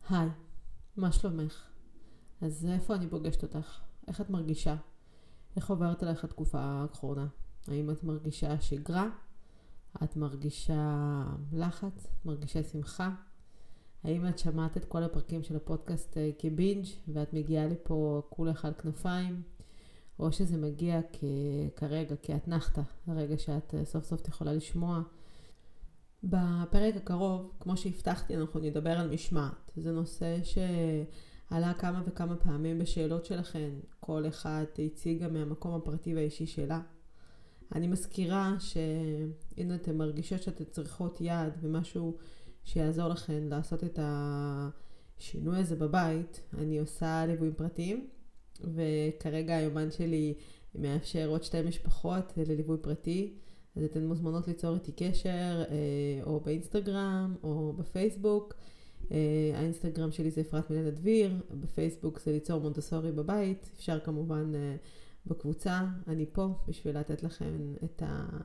היי, מה שלומך? אז איפה אני פוגשת אותך? איך את מרגישה? איך עוברת עליך התקופה האחרונה? האם את מרגישה שגרה? את מרגישה לחץ? את מרגישה שמחה? האם את שמעת את כל הפרקים של הפודקאסט כבינג' ואת מגיעה לפה כולך על כנפיים? או שזה מגיע כרגע, כאתנחתה, הרגע שאת סוף סוף יכולה לשמוע? בפרק הקרוב, כמו שהבטחתי, אנחנו נדבר על משמעת. זה נושא שעלה כמה וכמה פעמים בשאלות שלכן. כל אחד הציגה מהמקום הפרטי והאישי שלה. אני מזכירה שהנה אתן מרגישות שאתן צריכות יד ומשהו שיעזור לכן לעשות את השינוי הזה בבית. אני עושה ליוויים פרטיים, וכרגע היומן שלי מאפשר עוד 2 משפחות לליווי פרטי. אז אתן מוזמנות ליצור איתי קשר, או באינסטגרם, או בפייסבוק. האינסטגרם שלי זה אפרת מילנה דביר, בפייסבוק זה ליצור מונטסורי בבית. אפשר כמובן בקבוצה. אני פה בשביל לתת לכם את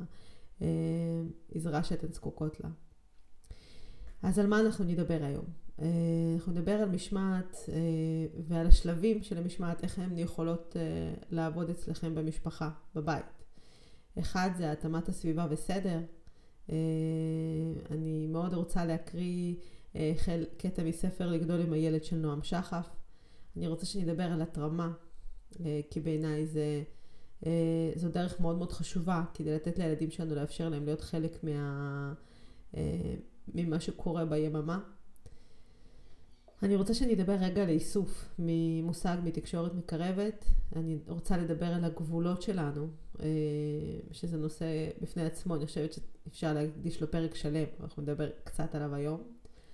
העזרה שאתן זקוקות לה. אז על מה אנחנו נדבר היום? אנחנו נדבר על משמעת ועל השלבים של המשמעת, איך הן יכולות לעבוד אצלכם במשפחה, בבית. אחד זה התאמת הסביבה וסדר. אני מאוד רוצה להקריא קטע מספר לגדול עם הילד של נועם שחף. אני רוצה שנדבר על התרמה, כי בעיניי זו דרך מאוד מאוד חשובה, כדי לתת לילדים שלנו, לאפשר להם להיות חלק ממה שקורה ביממה. אני רוצה שנדבר רגע על איסוף, ממושג מתקשורת מקרבת. אני רוצה לדבר על הגבולות שלנו, שזה נושא בפני עצמו. אני חושבת שאפשר להקדיש לו פרק שלם, אנחנו נדבר קצת עליו היום.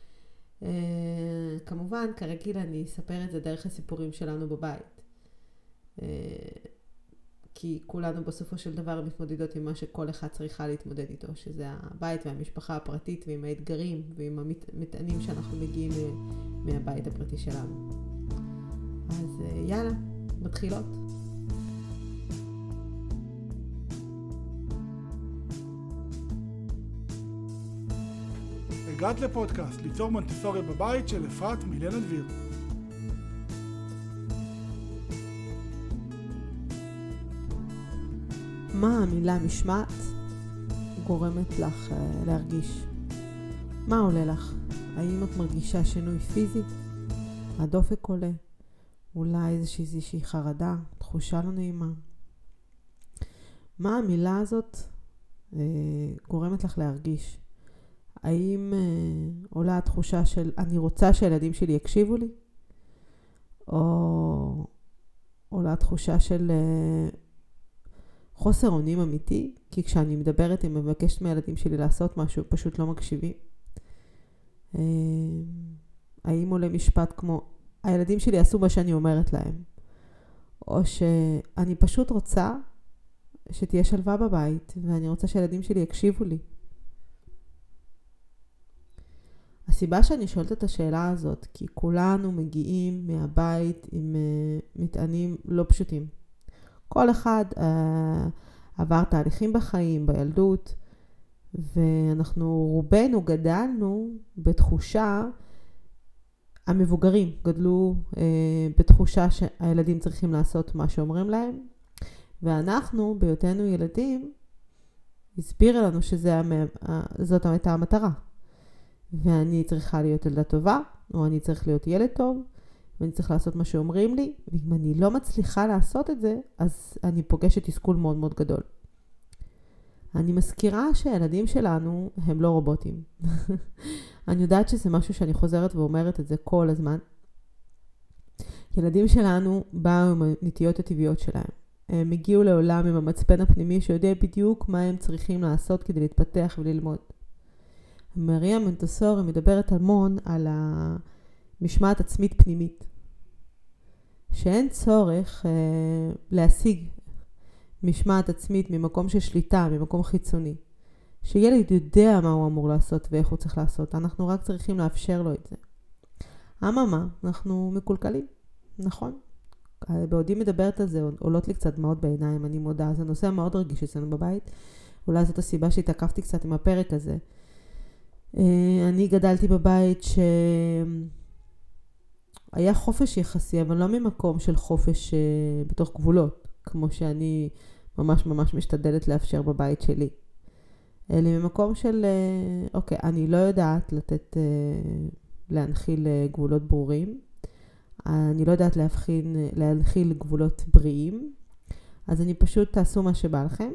כמובן, כרגיל אני אספר את זה דרך הסיפורים שלנו בבית. כי כולנו בסופו של דבר מתמודדות עם מה שכל אחד צריכה להתמודד איתו, שזה הבית והמשפחה הפרטית ועם האתגרים ועם המטענים שאנחנו מגיעים מהבית הפרטי שלנו. אז יאללה, מתחילות. הגעת לפודקאסט ליצור מונטסורי בבית של אפרת מילנה דביר. מה המילה משמעת גורמת לך להרגיש? מה עולה לך? האם את מרגישה שינוי פיזי? הדופק עולה? אולי איזושהי חרדה, תחושה לא נעימה? מה המילה הזאת גורמת לך להרגיש? האם עולה התחושה של אני רוצה שהילדים שלי יקשיבו לי? או עולה התחושה של חוסר אונים אמיתי, כי כשאני מדברת עם מבקשת מהילדים שלי לעשות משהו, פשוט לא מקשיבים. האם עולה משפט כמו, הילדים שלי יעשו מה שאני אומרת להם, או שאני פשוט רוצה שתהיה שלווה בבית, ואני רוצה שהילדים שלי יקשיבו לי. הסיבה שאני שואלת את השאלה הזאת, כי כולנו מגיעים מהבית עם מטענים לא פשוטים. כל אחד עבר תהליכים בחיים, בילדות, ואנחנו רובנו גדלנו בתחושה, המבוגרים גדלו בתחושה שהילדים צריכים לעשות מה שאומרים להם, ואנחנו בהיותנו ילדים הסביר לנו שזאת הייתה המטרה. ואני צריכה להיות ילדה טובה, או אני צריך להיות ילד טוב, ואני צריך לעשות מה שאומרים לי, ואם אני לא מצליחה לעשות את זה, אז אני פוגשת תסכול מאוד מאוד גדול. אני מזכירה שהילדים שלנו הם לא רובוטים. אני יודעת שזה משהו שאני חוזרת ואומרת את זה כל הזמן. ילדים שלנו באו עם הנטיות הטבעיות שלהם. הם הגיעו לעולם עם המצפן הפנימי שיודע בדיוק מה הם צריכים לעשות כדי להתפתח וללמוד. מריה מונטסורי מדברת המון על משמעת עצמית פנימית. שאין צורך להשיג משמעת עצמית ממקום של שליטה, ממקום חיצוני. שילד יודע מה הוא אמור לעשות ואיך הוא צריך לעשות. אנחנו רק צריכים לאפשר לו את זה. אממה, אנחנו מקולקלים. נכון? בעודי מדברת על זה, עולות לי קצת דמעות בעיניים, אני מודה. זה נושא מאוד רגיש אצלנו בבית. אולי זאת הסיבה שהתעכבתי קצת עם הפרק הזה. אני גדלתי בבית היה חופש יחסי, אבל לא ממקום של חופש בתוך גבולות, כמו שאני ממש ממש משתדלת לאפשר בבית שלי. אלא ממקום של, אוקיי, אני לא יודעת להנחיל גבולות ברורים, אני לא יודעת להנחיל גבולות בריאים, אז אני פשוט תעשו מה שבא לכם,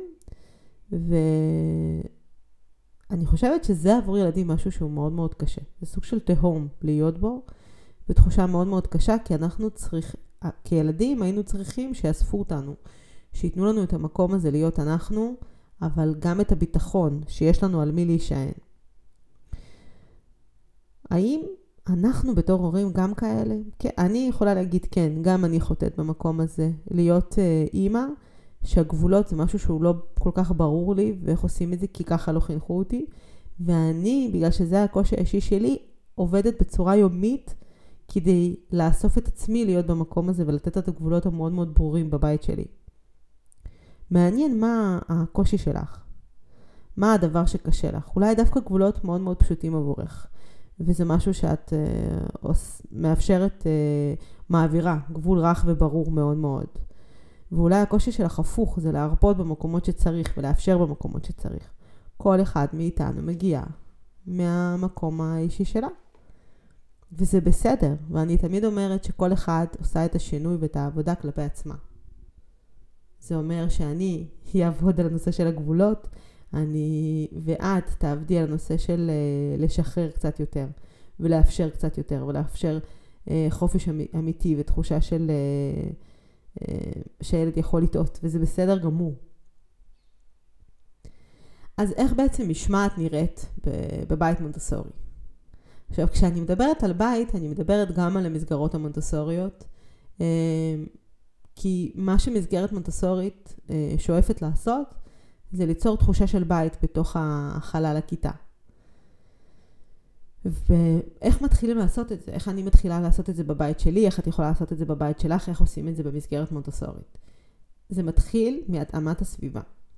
ואני חושבת שזה עבור ילדים משהו שהוא מאוד מאוד קשה. זה סוג של תהום להיות בו, ותחושה מאוד מאוד קשה, כי אנחנו כילדים היינו צריכים שיאספו אותנו, שיתנו לנו את המקום הזה להיות אנחנו, אבל גם את הביטחון שיש לנו על מי להישען. האם אנחנו בתור הורים גם כאלה? כן, אני יכולה להגיד כן, גם אני חוטאת במקום הזה. להיות אימא, שהגבולות זה משהו שהוא לא כל כך ברור לי, ואיך עושים את זה, כי ככה לא חינכו אותי. ואני, בגלל שזה הקושי האישי שלי, עובדת בצורה יומית, כדי לאסוף את עצמי להיות במקום הזה, ולתת את הגבולות המאוד מאוד ברורים בבית שלי. מעניין מה הקושי שלך. מה הדבר שקשה לך. אולי דווקא גבולות מאוד מאוד פשוטים עבורך. וזה משהו שאת מאפשרת, מעבירה, גבול רך וברור מאוד מאוד. ואולי הקושי שלך הפוך, זה להרפות במקומות שצריך ולאפשר במקומות שצריך. כל אחד מאיתנו מגיע מהמקום האישי שלה. וזה בסדר, ואני תמיד אומרת שכל אחד עושה את השינוי ואת העבודה כלפי עצמה. זה אומר שאני אעבוד על הנושא של הגבולות, ואת תעבדי על הנושא של לשחרר קצת יותר, ולאפשר קצת יותר, ולאפשר חופש אמיתי ותחושה של שילד יכול לטעות, וזה בסדר גמור. אז איך בעצם משמעת נראית בבית מונטסורי? עכשיו, כשאני מדברת על בית, אני מדברת גם על המסגרות המונטסוריות, כי מה שמסגרת מונטסורית שואפת לעשות, זה ליצור תחושה של בית בתוך החלל הכיתה. ואיך מתחילים לעשות את זה? איך אני מתחילה לעשות את זה בבית שלי? איך את יכולה לעשות את זה בבית שלך? איך עושים את זה במסגרת מונטסורית? זה מתחיל מהתאמת הסביבה.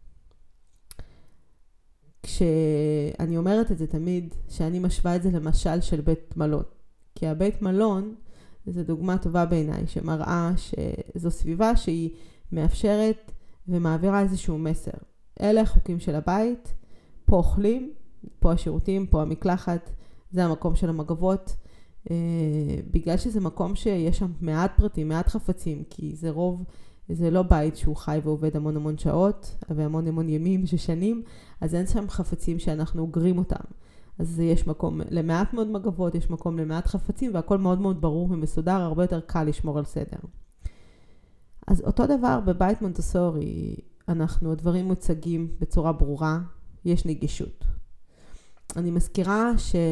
כשאני אומרת את זה תמיד, שאני משווה את זה למשל של בית מלון. כי הבית מלון, זו דוגמה טובה בעיניי, שמראה שזו סביבה שהיא מאפשרת ומעבירה איזשהו מסר. אלה החוקים של הבית, פה אוכלים, פה השירותים, פה המקלחת, זה המקום של המגבות. בגלל שזה מקום שיש שם מעט פרטים, מעט חפצים, כי זה לא בית שהוא חי ועובד המון המון שעות, והמון המון ימים ששנים, אז אין שם חפצים שאנחנו אוגרים אותם. אז יש מקום למעט מאוד מגבות, יש מקום למעט חפצים, והכל מאוד מאוד ברור ומסודר, הרבה יותר קל לשמור על סדר. אז אותו דבר בבית מונטסורי, הדברים מוצגים בצורה ברורה, יש נגישות. אני מזכירה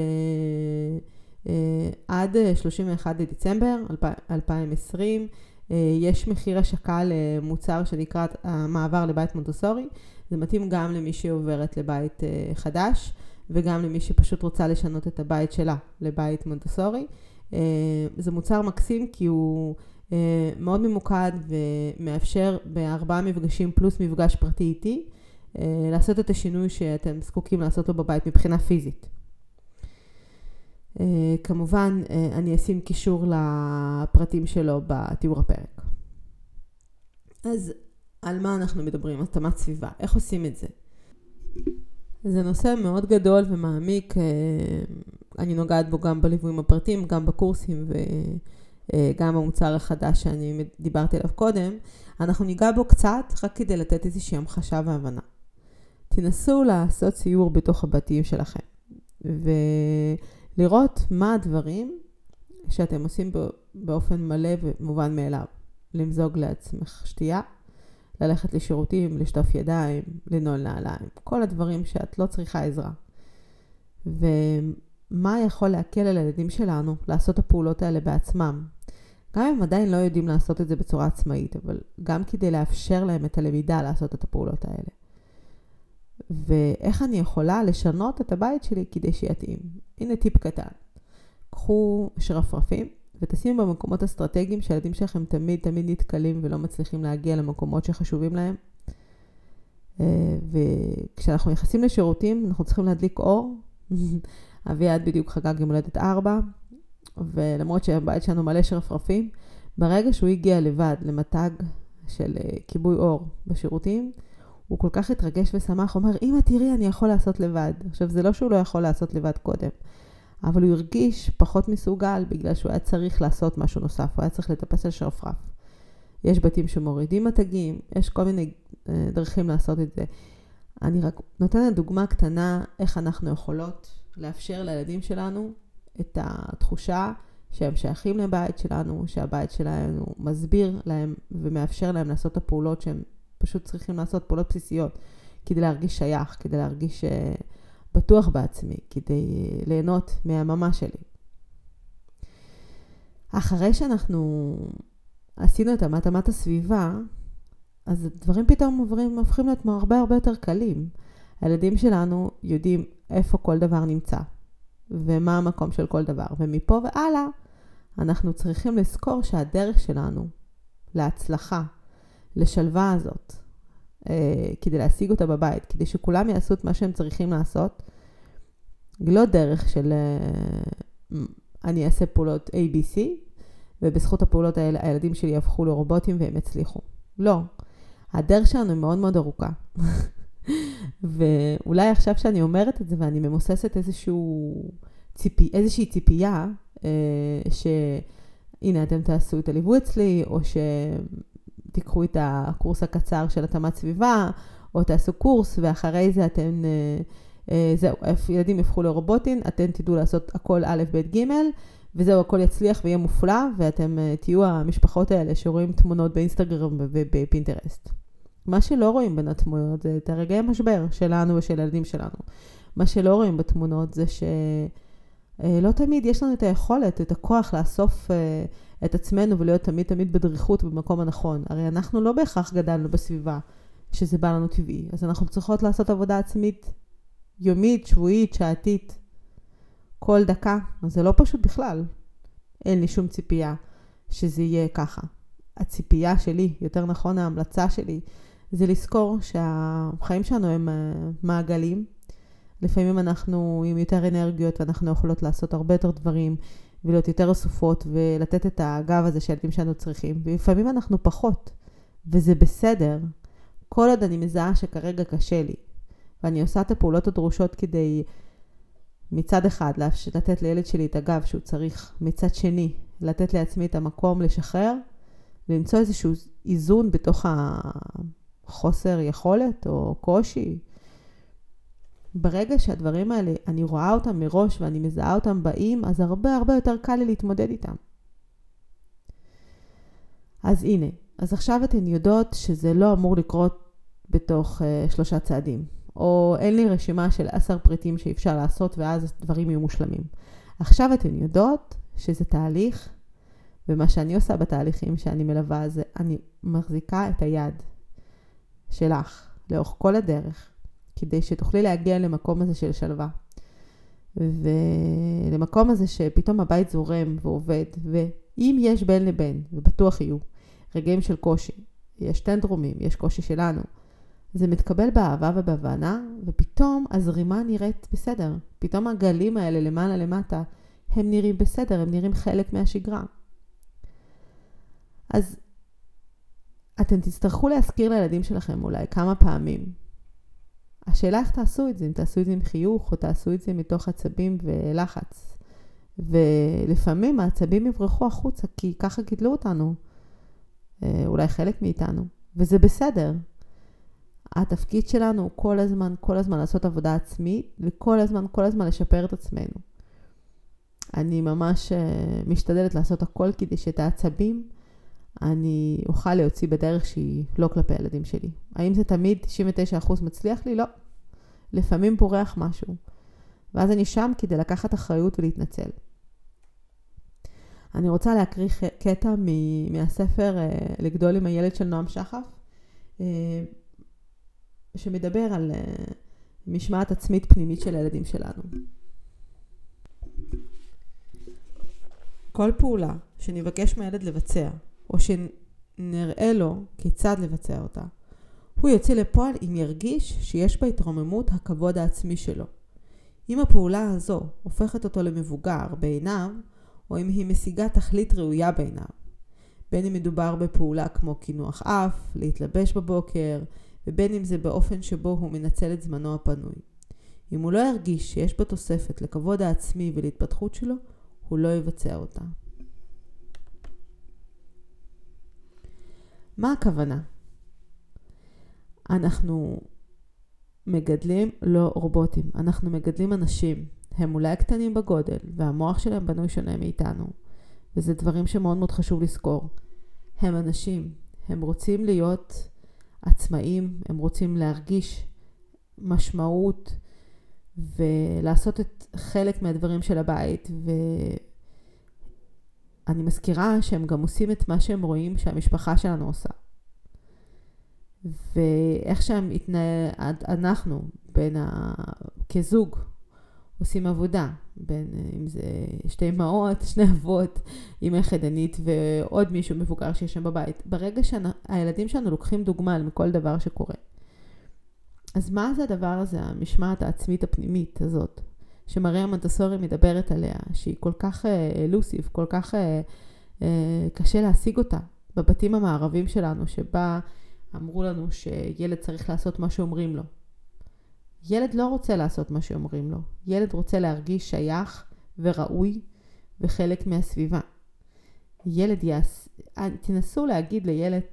שעד 31 לדצמבר 2020, יש מחיר השקה למוצר שנקרא המעבר לבית מונטסורי. זה מתאים גם למי שעוברת לבית חדש, וגם למי שפשוט רוצה לשנות את הבית שלה לבית מונטסורי. זה מוצר מקסים כי הוא מאוד ממוקד ומאפשר ב4 מפגשים פלוס מפגש פרטי איתי, לעשות את השינוי שאתם זקוקים לעשות לו בבית מבחינה פיזית. כמובן, אני אשים קישור לפרטים שלו בתיאור הפרק. אז על מה אנחנו מדברים? התאמת סביבה. איך עושים את זה? זה נושא מאוד גדול ומעמיק. אני נוגעת בו גם בליוויים הפרטיים, גם בקורסים וגם במוצר החדש שאני דיברתי עליו קודם. אנחנו ניגע בו קצת רק כדי לתת איזושהי המחשה והבנה. תנסו לעשות סיור בתוך הבתים שלכם. לראות מה הדברים שאתם עושים באופן מלא ומובן מאליו. למזוג לעצמך שתייה, ללכת לשירותים, לשטוף ידיים, לנעול נעליים. כל הדברים שאת לא צריכה עזרה. ומה יכול להקל על הילדים שלנו לעשות הפעולות האלה בעצמם? גם אם עדיין לא יודעים לעשות את זה בצורה עצמאית, אבל גם כדי לאפשר להם את הלמידה לעשות את הפעולות האלה. ואיך אני יכולה לשנות את הבית שלי כדי שיתאים. הנה טיפ קטן. קחו שרפרפים ותשימו במקומות אסטרטגיים שהילדים שלכם תמיד נתקלים ולא מצליחים להגיע למקומות שחשובים להם. וכשאנחנו נכנסים לשירותים אנחנו צריכים להדליק אור. אביעד בדיוק חגג יום הולדת 4. ולמרות שהבית שלנו מלא שרפרפים, ברגע שהוא הגיע לבד למתג של כיבוי אור בשירותים, הוא כל כך התרגש ושמח, הוא אומר, אמא תראי, אני יכול לעשות לבד. עכשיו, זה לא שהוא לא יכול לעשות לבד קודם, אבל הוא הרגיש פחות מסוגל, בגלל שהוא היה צריך לעשות משהו נוסף, הוא היה צריך לטפס על שרפרף. יש בתים שמורידים מתגים, יש כל מיני דרכים לעשות את זה. אני רק נותנת דוגמה קטנה, איך אנחנו יכולות לאפשר לילדים שלנו את התחושה שהם שייכים לבית שלנו, שהבית שלנו מסביר להם ומאפשר להם לעשות את הפעולות שהם פשוט צריכים לעשות, פעולות בסיסיות, כדי להרגיש שייך, כדי להרגיש בטוח בעצמי, כדי ליהנות מהממה שלי. אחרי שאנחנו עשינו את התאמת הסביבה, אז דברים פתאום הופכים להיות הרבה הרבה יותר קלים. הילדים שלנו יודעים איפה כל דבר נמצא, ומה המקום של כל דבר. ומפה והלאה, אנחנו צריכים לזכור שהדרך שלנו להצלחה, לשלווה הזאת, כדי להשיג אותה בבית, כדי שכולם יעשו את מה שהם צריכים לעשות, לא דרך של אני אעשה פעולות ABC, ובזכות הפעולות האלה הילדים שלי יהפכו לרובוטים והם יצליחו. לא. הדרך שלנו היא מאוד מאוד ארוכה. ואולי עכשיו שאני אומרת את זה ואני ממוססת איזושהי ציפייה, שהנה אתם תעשו את הליווי אצלי, או שתיקחו את הקורס הקצר של התאמת סביבה, או תעשו קורס ואחרי זה אתם, זהו, ילדים יפכו לרובוטים, אתם תדעו לעשות הכל א' ב' ג', וזהו, הכל יצליח ויהיה מופלא, ואתם תהיו המשפחות האלה שרואים תמונות באינסטגרם ובפינטרסט. מה שלא רואים בין התמונות זה את הרגעי המשבר שלנו ושל הילדים שלנו. מה שלא רואים בתמונות זה שלא תמיד יש לנו את היכולת, את הכוח לאסוף את עצמנו ולהיות תמיד בדריכות במקום הנכון. הרי אנחנו לא בהכרח גדלנו בסביבה שזה בא לנו טבעי, אז אנחנו צריכות לעשות עבודה עצמית יומית, שבועית, שעתית, כל דקה. אז זה לא פשוט בכלל. אין לי שום ציפייה שזה יהיה ככה. הציפייה שלי, יותר נכון ההמלצה שלי, זה לזכור שהחיים שלנו הם מעגלים. לפעמים אנחנו עם יותר אנרגיות ואנחנו יכולות לעשות הרבה יותר דברים ולהיות יותר אסופות ולתת את הגב הזה שהילדים שלנו צריכים. ולפעמים אנחנו פחות, וזה בסדר. כל עוד אני מזהה שכרגע קשה לי, ואני עושה את הפעולות הדרושות כדי מצד אחד לתת לילד שלי את הגב שהוא צריך, מצד שני לתת לעצמי את המקום לשחרר, למצוא איזשהו איזון בתוך החוסר יכולת או קושי. ברגע שהדברים האלה, אני רואה אותם מראש ואני מזהה אותם באים, אז הרבה הרבה יותר קל לי להתמודד איתם. אז הנה, אז עכשיו אתן יודעות שזה לא אמור לקרות בתוך 3 צעדים. או אין לי רשימה של 10 פריטים שאפשר לעשות ואז דברים יהיו מושלמים. עכשיו אתן יודעות שזה תהליך, ומה שאני עושה בתהליכים שאני מלווה זה, אני מחזיקה את היד שלך לאורך כל הדרך, כדי שתוכלי להגיע למקום הזה של שלווה. ולמקום הזה שפתאום הבית זורם ועובד, ואם יש בין לבין, ובטוח יהיו, רגעים של קושי, יש טנדרומים, יש קושי שלנו, זה מתקבל באהבה ובהבנה, ופתאום הזרימה נראית בסדר. פתאום הגלים האלה למעלה למטה, הם נראים בסדר, הם נראים חלק מהשגרה. אז אתם תצטרכו להזכיר לילדים שלכם אולי כמה פעמים. השאלה איך תעשו את זה, אם תעשו את זה עם חיוך, או תעשו את זה מתוך עצבים ולחץ. ולפעמים העצבים יברחו החוצה, כי ככה גידלו אותנו. אולי חלק מאיתנו. וזה בסדר. התפקיד שלנו הוא כל הזמן לעשות עבודה עצמית, וכל הזמן לשפר את עצמנו. אני ממש משתדלת לעשות הכל כדי שאת העצבים אני אוכל להוציא בדרך שהיא לא כלפי הילדים שלי. האם זה תמיד 99% מצליח לי? לא. לפעמים פורח משהו. ואז אני שם כדי לקחת אחריות ולהתנצל. אני רוצה להקריא קטע מהספר לגדול עם הילד של נועם שחף, שמדבר על משמעת עצמית פנימית של הילדים שלנו. כל פעולה שנבקש מהילד לבצע, או שנראה לו כיצד לבצע אותה, הוא יוצא לפועל אם ירגיש שיש בה התרוממות הכבוד העצמי שלו. אם הפעולה הזו הופכת אותו למבוגר בעיניו, או אם היא משיגה תכלית ראויה בעיניו. בין אם מדובר בפעולה כמו כינוח אף, להתלבש בבוקר, ובין אם זה באופן שבו הוא מנצל את זמנו הפנוי. אם הוא לא ירגיש שיש בו תוספת לכבוד העצמי ולהתפתחות שלו, הוא לא יבצע אותה. מה הכוונה? אנחנו מגדלים לא רובוטים, אנחנו מגדלים אנשים. הם אולי קטנים בגודל, והמוח שלהם בנוי שונה מאיתנו. וזה דברים שמאוד מאוד חשוב לזכור. הם אנשים, הם רוצים להיות עצמאים, הם רוצים להרגיש משמעות, ולעשות את חלק מהדברים של הבית, ואני מזכירה שהם גם עושים את מה שהם רואים שהמשפחה שלנו עושה. ואיך שהם אנחנו כזוג עושים עבודה, אם זה שתי אמהות, שני אבות, אמא חדנית ועוד מישהו מבוגר שיש שם בבית. ברגע שהילדים שלנו לוקחים דוגמה מכל דבר שקורה. אז מה זה הדבר הזה, המשמעת העצמית הפנימית הזאת, שמריה מונטסורי מדברת עליה, שהיא כל כך אלוסיב, כל כך קשה להשיג אותה, בבתים המערבים שלנו, שבה אמרו לנו שילד צריך לעשות מה שאומרים לו. ילד לא רוצה לעשות מה שאומרים לו. ילד רוצה להרגיש שייך וראוי וחלק מהסביבה. תנסו להגיד לילד,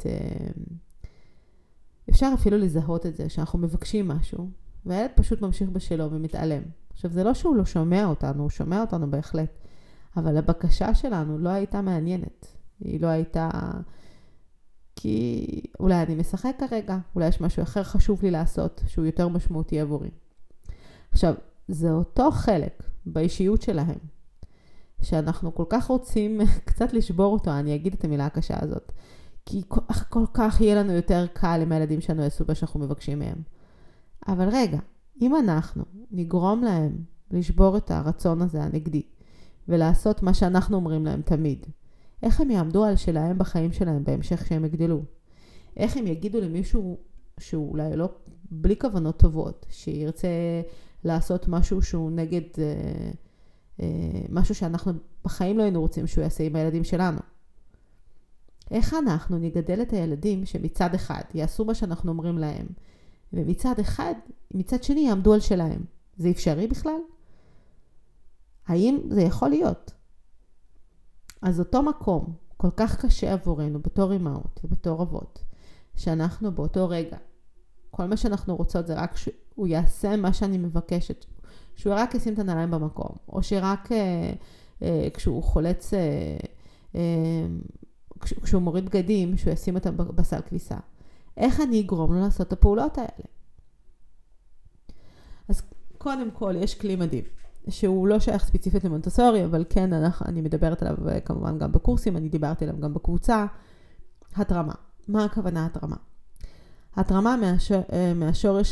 אפשר אפילו לזהות את זה, שאנחנו מבקשים משהו, והילד פשוט ממשיך בשלו ומתעלם. עכשיו, זה לא שהוא לא שומע אותנו, הוא שומע אותנו בהחלט, אבל הבקשה שלנו לא הייתה מעניינת. היא לא הייתה, כי אולי אני משחק כרגע, אולי יש משהו אחר חשוב לי לעשות, שהוא יותר משמעותי עבורי. עכשיו, זה אותו חלק באישיות שלהם, שאנחנו כל כך רוצים קצת לשבור אותו, אני אגיד את המילה הקשה הזאת, כי כל כך יהיה לנו יותר קל עם הילדים שלנו יעשו מה שאנחנו מבקשים מהם. אבל רגע, אם אנחנו נגרום להם לשבור את הרצון הזה הנגדי, ולעשות מה שאנחנו אומרים להם תמיד, איך הם יעמדו על שלהם בחיים שלהם בהמשך שהם יגדלו? איך הם יגידו למישהו שהוא אולי לא, בלי כוונות טובות, שירצה לעשות משהו שהוא נגד, משהו שאנחנו בחיים לא היינו רוצים שהוא יעשה עם הילדים שלנו? איך אנחנו נגדל את הילדים שמצד אחד יעשו מה שאנחנו אומרים להם, מצד שני יעמדו על שלהם? זה אפשרי בכלל? האם זה יכול להיות? אז אותו מקום כל כך קשה עבורנו בתור אמהות ובתור אבות, שאנחנו באותו רגע, כל מה שאנחנו רוצות זה רק שהוא יעשה מה שאני מבקשת, שהוא רק ישים את הנעליים במקום, או שרק כשהוא חולץ, כשהוא מוריד בגדים, שהוא ישים אותם בסל כביסה. איך אני אגרום לו לעשות את הפעולות האלה? אז קודם כל יש כלי מדהים, שהוא לא שייך ספציפית למונטסורי, אבל כן אני מדברת עליו כמובן גם בקורסים, אני דיברתי עליו גם בקבוצה. התרמה. מה הכוונה התרמה? התרמה מהשורש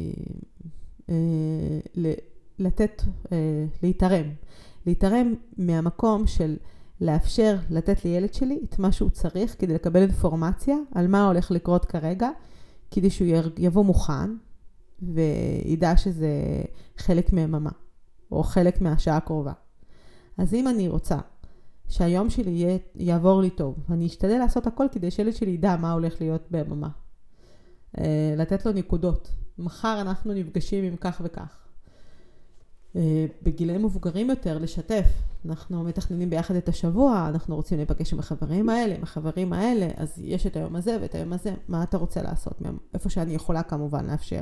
להתערם מהמקום של לאפשר לתת לילד שלי את מה שהוא צריך כדי לקבל אינפורמציה על מה הולך לקרות כרגע, כדי שהוא יבוא מוכן וידע שזה חלק מהיממה או חלק מהשעה הקרובה. אז אם אני רוצה שהיום שלי יעבור לי טוב, אני אשתדל לעשות הכל כדי שילד שלי ידע מה הולך להיות ביממה. לתת לו נקודות. מחר אנחנו נפגשים עם כך וכך. בגילאים מבוגרים יותר לשתף. אנחנו מתכננים ביחד את השבוע, אנחנו רוצים להיפגש עם החברים האלה, אז יש את היום הזה ואת היום הזה. מה אתה רוצה לעשות? איפה שאני יכולה כמובן לאפשר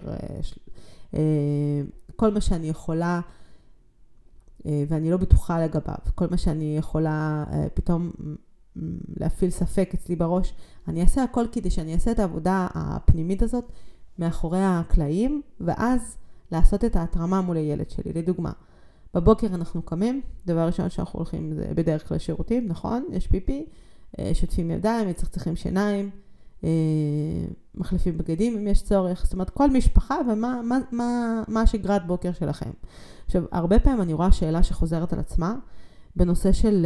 כל מה שאני יכולה, ואני לא בטוחה לגביו. כל מה שאני יכולה פתאום להפעיל ספק אצלי בראש, אני אעשה הכל כדי שאני אעשה את העבודה הפנימית הזאת מאחורי הקלעים, ואז לעשות את ההתרמה מול הילד שלי. לדוגמה, בבוקר אנחנו קמים, דבר ראשון שאנחנו הולכים זה בדרך כלל שירותים, נכון? יש פיפי, שוטפים ידיים, מצחצחים שיניים, מחליפים בגדים אם יש צורך, זאת אומרת כל משפחה ומה השגרת בוקר שלכם. עכשיו, הרבה פעמים אני רואה שאלה שחוזרת על עצמה, בנושא של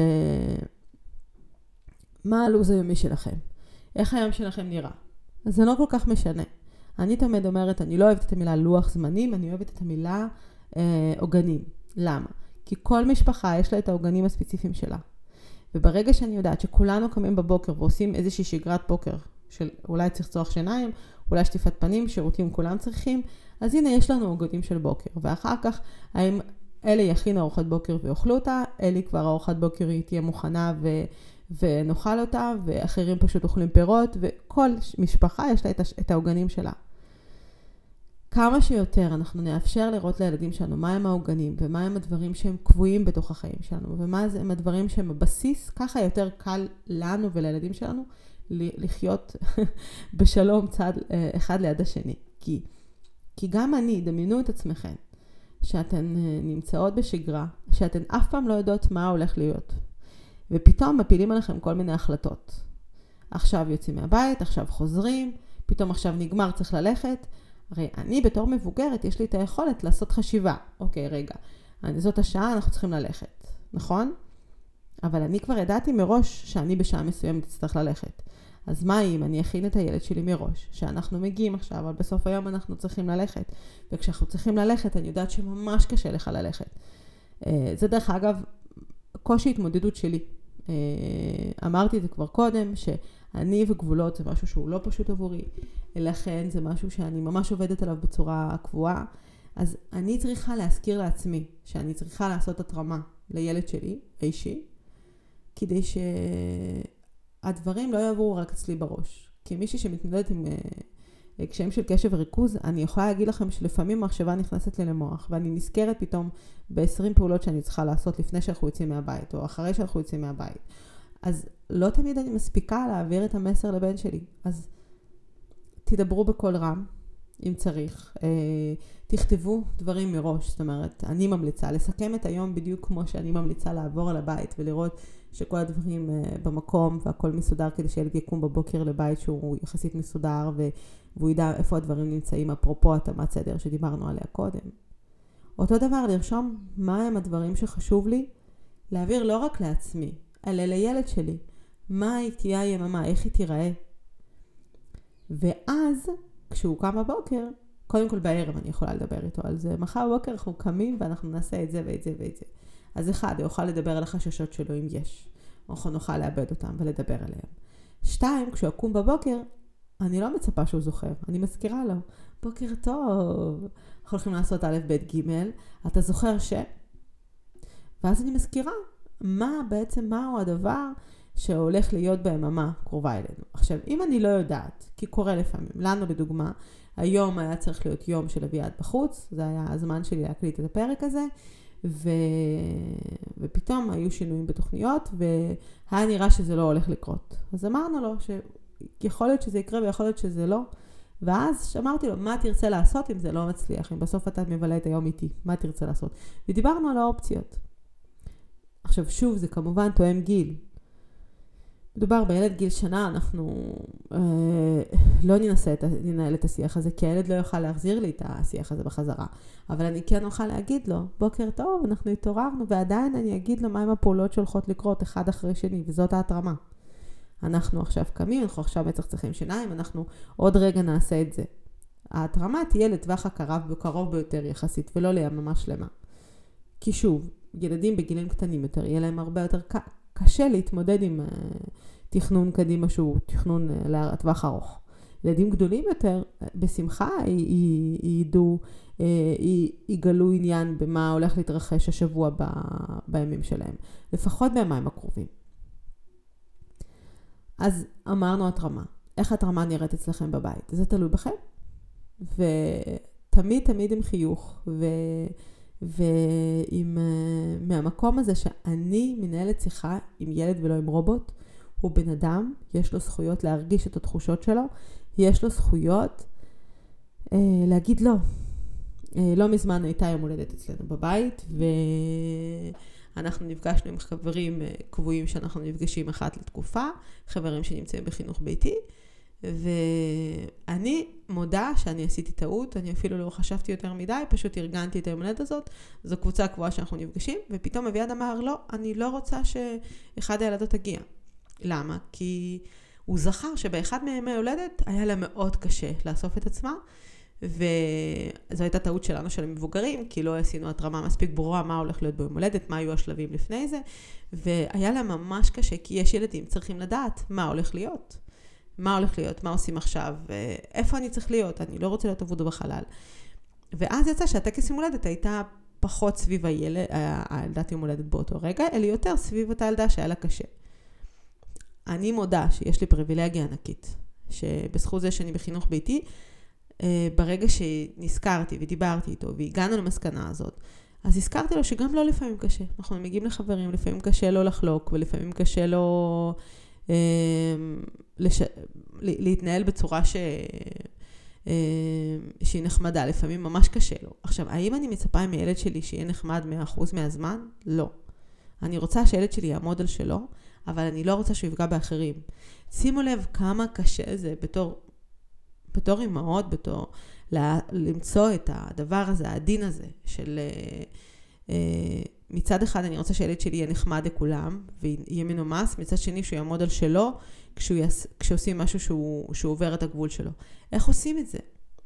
מה הלו"ז היומי שלכם? איך היום שלכם נראה? אז זה לא כל כך משנה. אני תמיד אומרת, אני לא אוהבת את המילה לוח זמנים, אני אוהבת את המילה עוגנים. למה? כי כל משפחה יש לה את העוגנים הספציפיים שלה. וברגע שאני יודעת שכולנו קמים בבוקר ועושים איזושהי שגרת בוקר, של אולי צריך צורך שיניים, אולי שטיפת פנים, שירותים כולם צריכים, אז הנה יש לנו עוגנים של בוקר, ואחר כך האם אלה יכינו ארוחת בוקר ויאכלו אותה, אלה כבר ארוחת בוקר היא תהיה מוכנה ונאכל אותה, ואחרים פשוט אוכלים פירות, וכל משפחה יש לה את העוגנים שלה. כמה שיותר אנחנו נאפשר לראות לילדים שלנו מה הם העוגנים, ומה הם הדברים שהם קבועים בתוך החיים שלנו, ומה הם הדברים שהם הבסיס, ככה יותר קל לנו ולילדים שלנו לחיות בשלום צד אחד ליד השני. כי גם אני, דמיינו את עצמכם, שאתן נמצאות בשגרה, שאתן אף פעם לא יודעות מה הולך להיות. ופתאום מפילים עליכם כל מיני החלטות. עכשיו יוצאים מהבית, עכשיו חוזרים, פתאום עכשיו נגמר, צריך ללכת. הרי אני בתור מבוגרת, יש לי את היכולת לעשות חשיבה. אוקיי, רגע, זאת השעה, אנחנו צריכים ללכת. נכון? אבל אני כבר ידעתי מראש שאני בשעה מסוימת תצטרך ללכת. אז מה אם אני אכין את הילד שלי מראש, שאנחנו מגיעים עכשיו, אבל בסוף היום אנחנו צריכים ללכת. וכשאנחנו צריכים ללכת, אני יודעת שממש קשה לך ללכת. זה דרך אגב, קושי התמודדות שלי. אמרתי את זה כבר קודם, שאני וגבולות זה משהו שהוא לא פשוט עבורי, לכן זה משהו שאני ממש עובדת עליו בצורה קבועה. אז אני צריכה להזכיר לעצמי, שאני צריכה לעשות התרמה לילד שלי, אישי, כדי שהדברים לא יעברו רק אצלי בראש. כמישהי שמתמודדת עם קשיים של קשב וריכוז, אני יכולה להגיד לכם שלפעמים מחשבה נכנסת לי למוח, ואני נזכרת פתאום ב-20 פעולות שאני צריכה לעשות לפני שאנחנו יוצאים מהבית, או אחרי שאנחנו יוצאים מהבית. אז לא תמיד אני מספיקה להעביר את המסר לבן שלי. אז תדברו בקול רם, אם צריך. תכתבו דברים מראש. זאת אומרת, אני ממליצה לסכם את היום בדיוק כמו שאני ממליצה לעבור על הבית, ולראות שכל הדברים במקום והכל מסודר, כדי שילד יקום בבוקר לבית שהוא יחסית מסודר, והוא ידע איפה הדברים נמצאים, אפרופו התאמת סדר שדיברנו עליה קודם. אותו דבר, לרשום מה הם הדברים שחשוב לי, להעביר לא רק לעצמי, אלא לילד שלי. מה תהיה היממה, איך היא תיראה. ואז, כשהוא קם בבוקר, קודם כל בערב אני יכולה לדבר איתו על זה. מחר בבוקר אנחנו קמים ואנחנו נעשה את זה ואת זה ואת זה. אז אחד, הוא יוכל לדבר על החששות שלו אם יש. או נוכל לאבד אותם ולדבר עליהם. 2, כשהוא יקום בבוקר, אני לא מצפה שהוא זוכר. אני מזכירה לו, בוקר טוב. אנחנו הולכים לעשות א', ב', ג', אתה זוכר ש... ואז אני מזכירה מהו הדבר שהולך להיות ביממה קרובה אלינו. עכשיו, אם אני לא יודעת, כי קורה לפעמים, לנו לדוגמה, היום היה צריך להיות יום של אביעד בחוץ, זה היה הזמן שלי להקליט את הפרק הזה, ופתאום היו שינויים בתוכניות, והיה נראה שזה לא הולך לקרות. אז אמרנו לו שיכול להיות שזה יקרה ויכול להיות שזה לא, ואז אמרתי לו, מה תרצה לעשות אם זה לא מצליח? אם בסוף אתה מבלה את היום איתי, מה תרצה לעשות? ודיברנו על האופציות. עכשיו שוב, זה כמובן תואם גיל. מדובר בילד גיל שנה, אנחנו לא ננהל את השיח הזה, כי הילד לא יוכל להחזיר לי את השיח הזה בחזרה. אבל אני כן אוכל להגיד לו, בוקר טוב, אנחנו התעוררנו, ועדיין אני אגיד לו מהם הפעולות שהולכות לקרות אחד אחרי שני, וזאת ההתרמה. אנחנו עכשיו קמים, אנחנו עכשיו מצחצחים שיניים, אנחנו עוד רגע נעשה את זה. ההתרמה תהיה לטווח הקרוב ביותר יחסית, ולא ליממה שלמה. כי שוב, ילדים בגילים קטנים יותר, יהיה להם הרבה יותר קשה להתמודד עם תכנון קדימה שהוא תכנון לטווח ארוך. ילדים גדולים יותר, בשמחה ידעו, יגלו עניין במה הולך להתרחש השבוע בימים שלהם. לפחות בימיים הקרובים. אז אמרנו התרמה. איך התרמה נראית אצלכם בבית? זה תלוי בכם. ותמיד עם חיוך. ועם מהמקום הזה שאני מנהלת שיחה עם ילד ולא עם רובוט, הוא בן אדם, יש לו זכויות להרגיש את התחושות שלו, יש לו זכויות להגיד לא. לא מזמן הייתה יום הולדת אצלנו בבית, ואנחנו נפגשנו עם חברים קבועים שאנחנו נפגשים אחת לתקופה, חברים שנמצאים בחינוך ביתי, ואני מודה שאני עשיתי טעות, אני אפילו לא חשבתי יותר מדי, פשוט ארגנתי את היומולדת הזאת, זו קבוצה קבועה שאנחנו נפגשים, ופתאום אביעד אמר, לא, אני לא רוצה שאחד הילדות תגיע. למה? כי הוא זכר שבאחד מימי הולדת היה לה מאוד קשה לאסוף את עצמה, וזו הייתה טעות שלנו של המבוגרים, כי לא עשינו התרמה מספיק ברורה מה הולך להיות ביום הולדת, מה היו השלבים לפני זה, והיה לה ממש קשה, כי יש ילדים צריכים לדעת מה הולך להיות. מה הולך להיות, מה עושים עכשיו, איפה אני צריך להיות, אני לא רוצה להיות עבוד בחלל. ואז יצא שהטקס יום הולדת הייתה פחות סביב הילדת יום הולדת באותו רגע, אלא יותר סביב אותה ילדה שהיה לה קשה. אני מודה שיש לי פריבילגיה ענקית, שבזכות זה שאני בחינוך ביתי, ברגע שנזכרתי ודיברתי איתו והגענו למסקנה הזאת, אז הזכרתי לו שגם לא לפעמים קשה. אנחנו מגיעים לחברים, לפעמים קשה לו לחלוק, ולפעמים קשה לו להתנהל בצורה שהיא נחמדה, לפעמים ממש קשה לו. עכשיו, האם אני מצפה מילד שלי שיהיה נחמד 100% מהזמן? לא. אני רוצה שהילד שלי יעמוד על שלו, אבל אני לא רוצה שהוא יפגע באחרים. שימו לב כמה קשה זה בתור אימהות, למצוא את הדבר הזה, הדין הזה, של מצד אחד אני רוצה שהילד שלי יהיה נחמד לכולם, ויהיה מנומס, מצד שני שהוא יעמוד על שלו, כשעושים משהו שהוא עובר את הגבול שלו. איך עושים את זה?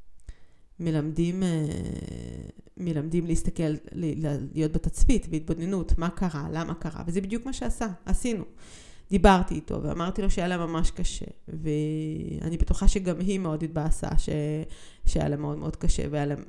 מלמדים להסתכל, להיות בתצפית, בהתבוננות, מה קרה, למה קרה, וזה בדיוק מה עשינו. דיברתי איתו ואמרתי לו שהיה לה ממש קשה, ואני בטוחה שגם היא מאוד התבאסה שהיה לה מאוד מאוד קשה,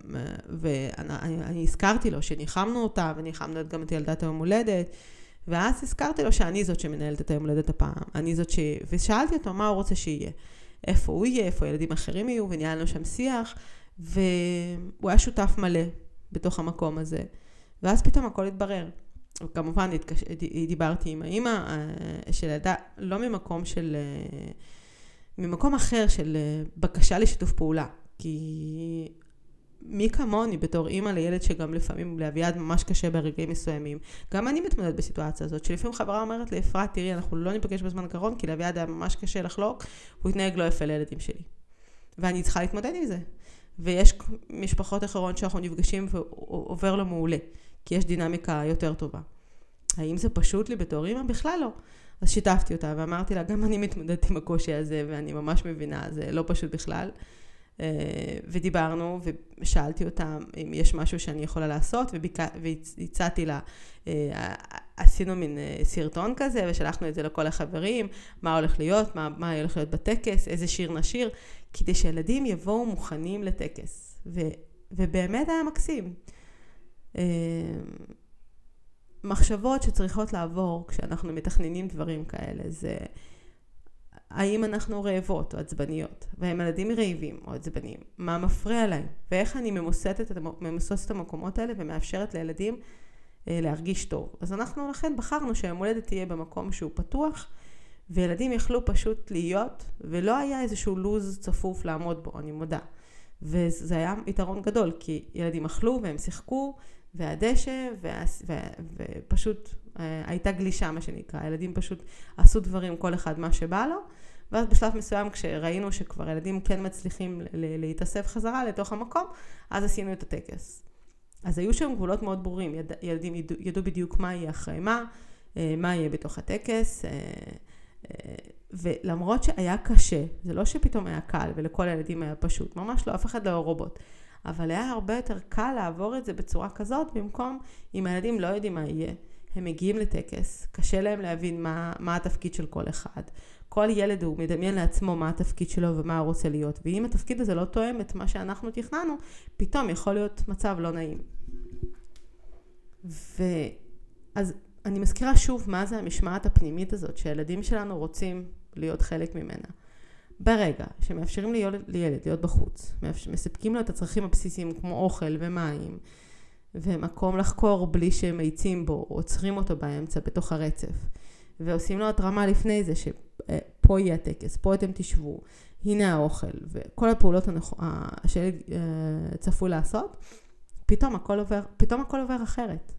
ואני הזכרתי לו שניחמנו אותה, וניחמנו גם את ילדת היום הולדת, ואז הזכרתי לו שאני זאת שמנהלת את היום הולדת הפעם, ושאלתי אותו מה הוא רוצה שיהיה, איפה הוא יהיה, איפה ילדים אחרים יהיו, וניהלנו שם שיח, והוא היה שותף מלא בתוך המקום הזה, ואז פתאום הכל התברר. וכמובן דיברתי עם האמא של ילדה, לא ממקום אחר של בקשה לשיתוף פעולה, כי מי כמוני בתור אמא לילד שגם לפעמים לאביעד ממש קשה ברגעים מסוימים, גם אני מתמודדת בסיטואציה הזאת, שלפעמים חברה אומרת לאפרת, תראי, אנחנו לא ניפגש בזמן הקרוב, כי לאביעד היה ממש קשה לחלוק, הוא התנהג לא יפה לילדים שלי. ואני צריכה להתמודד עם זה. ויש משפחות אחרות שאנחנו נפגשים ועובר לו מעולה. כי יש דינמיקה יותר טובה. האם זה פשוט לי בתור אמא? בכלל לא. אז שיתפתי אותה ואמרתי לה, גם אני מתמודדת עם הקושי הזה, ואני ממש מבינה, זה לא פשוט בכלל. ודיברנו, ושאלתי אותה אם יש משהו שאני יכולה לעשות, והצעתי לה, עשינו מין סרטון כזה, ושלחנו את זה לכל החברים, מה הולך להיות, מה הולך להיות בטקס, איזה שיר נשיר, כדי שילדים יבואו מוכנים לטקס. ובאמת היה מקסים. מחשבות שצריכות לעבור כשאנחנו מתכננים דברים כאלה, זה האם אנחנו רעבות או עצבניות, והאם ילדים רעבים או עצבניים, מה מפריע להם, ואיך אני ממוססת את המקומות האלה ומאפשרת לילדים להרגיש טוב. אז אנחנו לכן בחרנו שהיום הולדת תהיה במקום שהוא פתוח, וילדים יכלו פשוט להיות, ולא היה איזשהו לוז צפוף לעמוד בו, אני מודה. וזה היה יתרון גדול, כי ילדים אכלו והם שיחקו, והדשא, ופשוט הייתה גלישה, מה שנקרא. הילדים פשוט עשו דברים, כל אחד מה שבא לו, ואז בשלב מסוים, כשראינו שכבר ילדים כן מצליחים להתאסף חזרה לתוך המקום, אז עשינו את הטקס. אז היו שם גבולות מאוד ברורים, ילדים ידעו בדיוק מה יהיה אחרי מה יהיה בתוך הטקס, ולמרות שהיה קשה, זה לא שפתאום היה קל, ולכל הילדים היה פשוט, ממש לא, אף אחד לא היה רובוט. אבל היה הרבה יותר קל לעבור את זה בצורה כזאת, במקום אם הילדים לא יודעים מה יהיה. הם מגיעים לטקס, קשה להם להבין מה התפקיד של כל אחד. כל ילד הוא מדמיין לעצמו מה התפקיד שלו ומה הוא רוצה להיות. ואם התפקיד הזה לא תואם את מה שאנחנו תכננו, פתאום יכול להיות מצב לא נעים. אז אני מזכירה שוב מה זה המשמעת הפנימית הזאת, שהילדים שלנו רוצים להיות חלק ממנה. ברגע שמאפשרים לילד להיות בחוץ, מספקים לו את הצרכים הבסיסיים כמו אוכל ומים, ומקום לחקור בלי שהם מאיצים בו, או עוצרים אותו באמצע בתוך הרצף, ועושים לו התרמה לפני זה, שפה יהיה הטקס, פה אתם תשבו, הנה האוכל, וכל הפעולות שהילד צפוי לעשות, פתאום הכל עובר אחרת.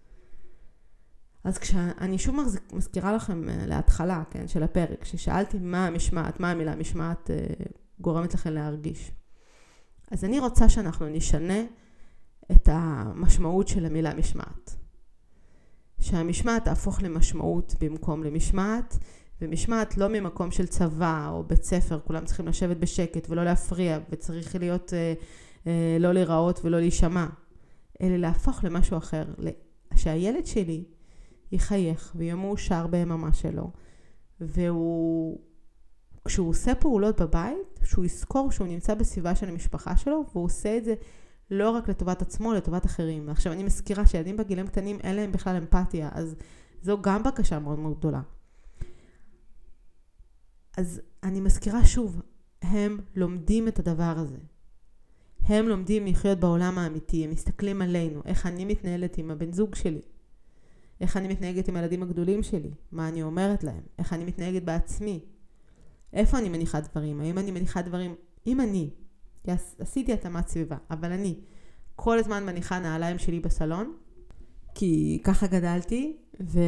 אז כשאני שוב מזכירה לכם להתחלה, כן, של הפרק, ששאלתי מה המשמעת, מה המילה המשמעת גורמת לכם להרגיש. אז אני רוצה שאנחנו נשנה את המשמעות של המילה משמעת. שהמשמעת תהפוך למשמעות במקום למשמעת, ומשמעת לא ממקום של צבא או בית ספר, כולם צריכים לשבת בשקט ולא להפריע, וצריך להיות לא להיראות ולא להישמע, אלא להפוך למשהו אחר, שהילד שלי יחייך ויהיה מאושר ביממה שלו, כשהוא עושה פעולות בבית, שהוא יזכור שהוא נמצא בסביבה של המשפחה שלו, והוא עושה את זה לא רק לטובת עצמו, לטובת אחרים. עכשיו אני מזכירה שילדים בגילים קטנים אין להם בכלל אמפתיה, אז זו גם בקשה מאוד מאוד גדולה. אז אני מזכירה שוב, הם לומדים את הדבר הזה. הם לומדים לחיות בעולם האמיתי, הם מסתכלים עלינו, איך אני מתנהלת עם הבן זוג שלי, איך אני מתנהגת עם הילדים הגדולים שלי, מה אני אומרת להם, איך אני מתנהגת בעצמי, איפה אני מניחה דברים, האם אני מניחה דברים, אם אני, עשיתי התאמת סביבה, אבל אני כל הזמן מניחה נעליים שלי בסלון, כי ככה גדלתי,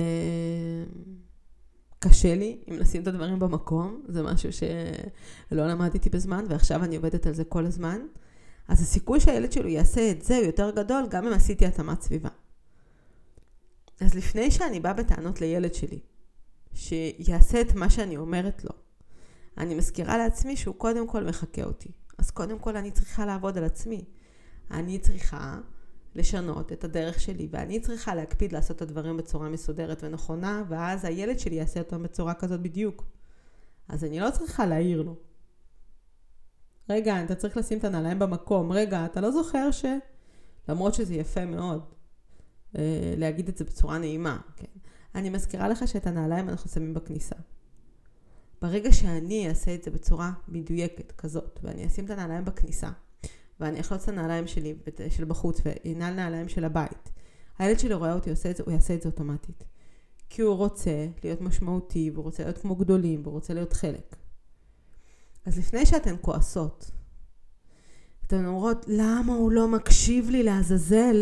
וקשה לי אם לשים את הדברים במקום, זה משהו שלא למדתי בזמן, ועכשיו אני עובדת על זה כל הזמן, אז הסיכוי שהילד שלו יעשה את זה הוא יותר גדול, גם אם עשיתי התאמת סביבה. אז לפני שאני באה בטענות לילד שלי, שיעשה את מה שאני אומרת לו, אני מזכירה לעצמי שהוא קודם כל מחכה אותי. אז קודם כל אני צריכה לעבוד על עצמי. אני צריכה לשנות את הדרך שלי, ואני צריכה להקפיד לעשות את הדברים בצורה מסודרת ונכונה, ואז הילד שלי יעשה אותם בצורה כזאת בדיוק. אז אני לא צריכה להעיר לו. רגע, אתה צריך לשים את הנעליים במקום. רגע, אתה לא זוכר למרות שזה יפה מאוד, להגיד את זה בצורה נעימה. כן? אני מזכירה לך שאת הנעליים אנחנו שמים בכניסה. ברגע שאני אעשה את זה בצורה מדויקת כזאת, ואני אשים את הנעליים בכניסה, ואני אחלוץ את הנעליים שלי של בחוץ, וינעל נעליים של הבית, הילד שלי רואה אותי עושה את זה, הוא יעשה את זה אוטומטית. כי הוא רוצה להיות משמעותי, והוא רוצה להיות כמו גדולים, והוא רוצה להיות חלק. אז לפני שאתן כועסות, אתן אומרות, למה הוא לא מקשיב לי לעזאזל?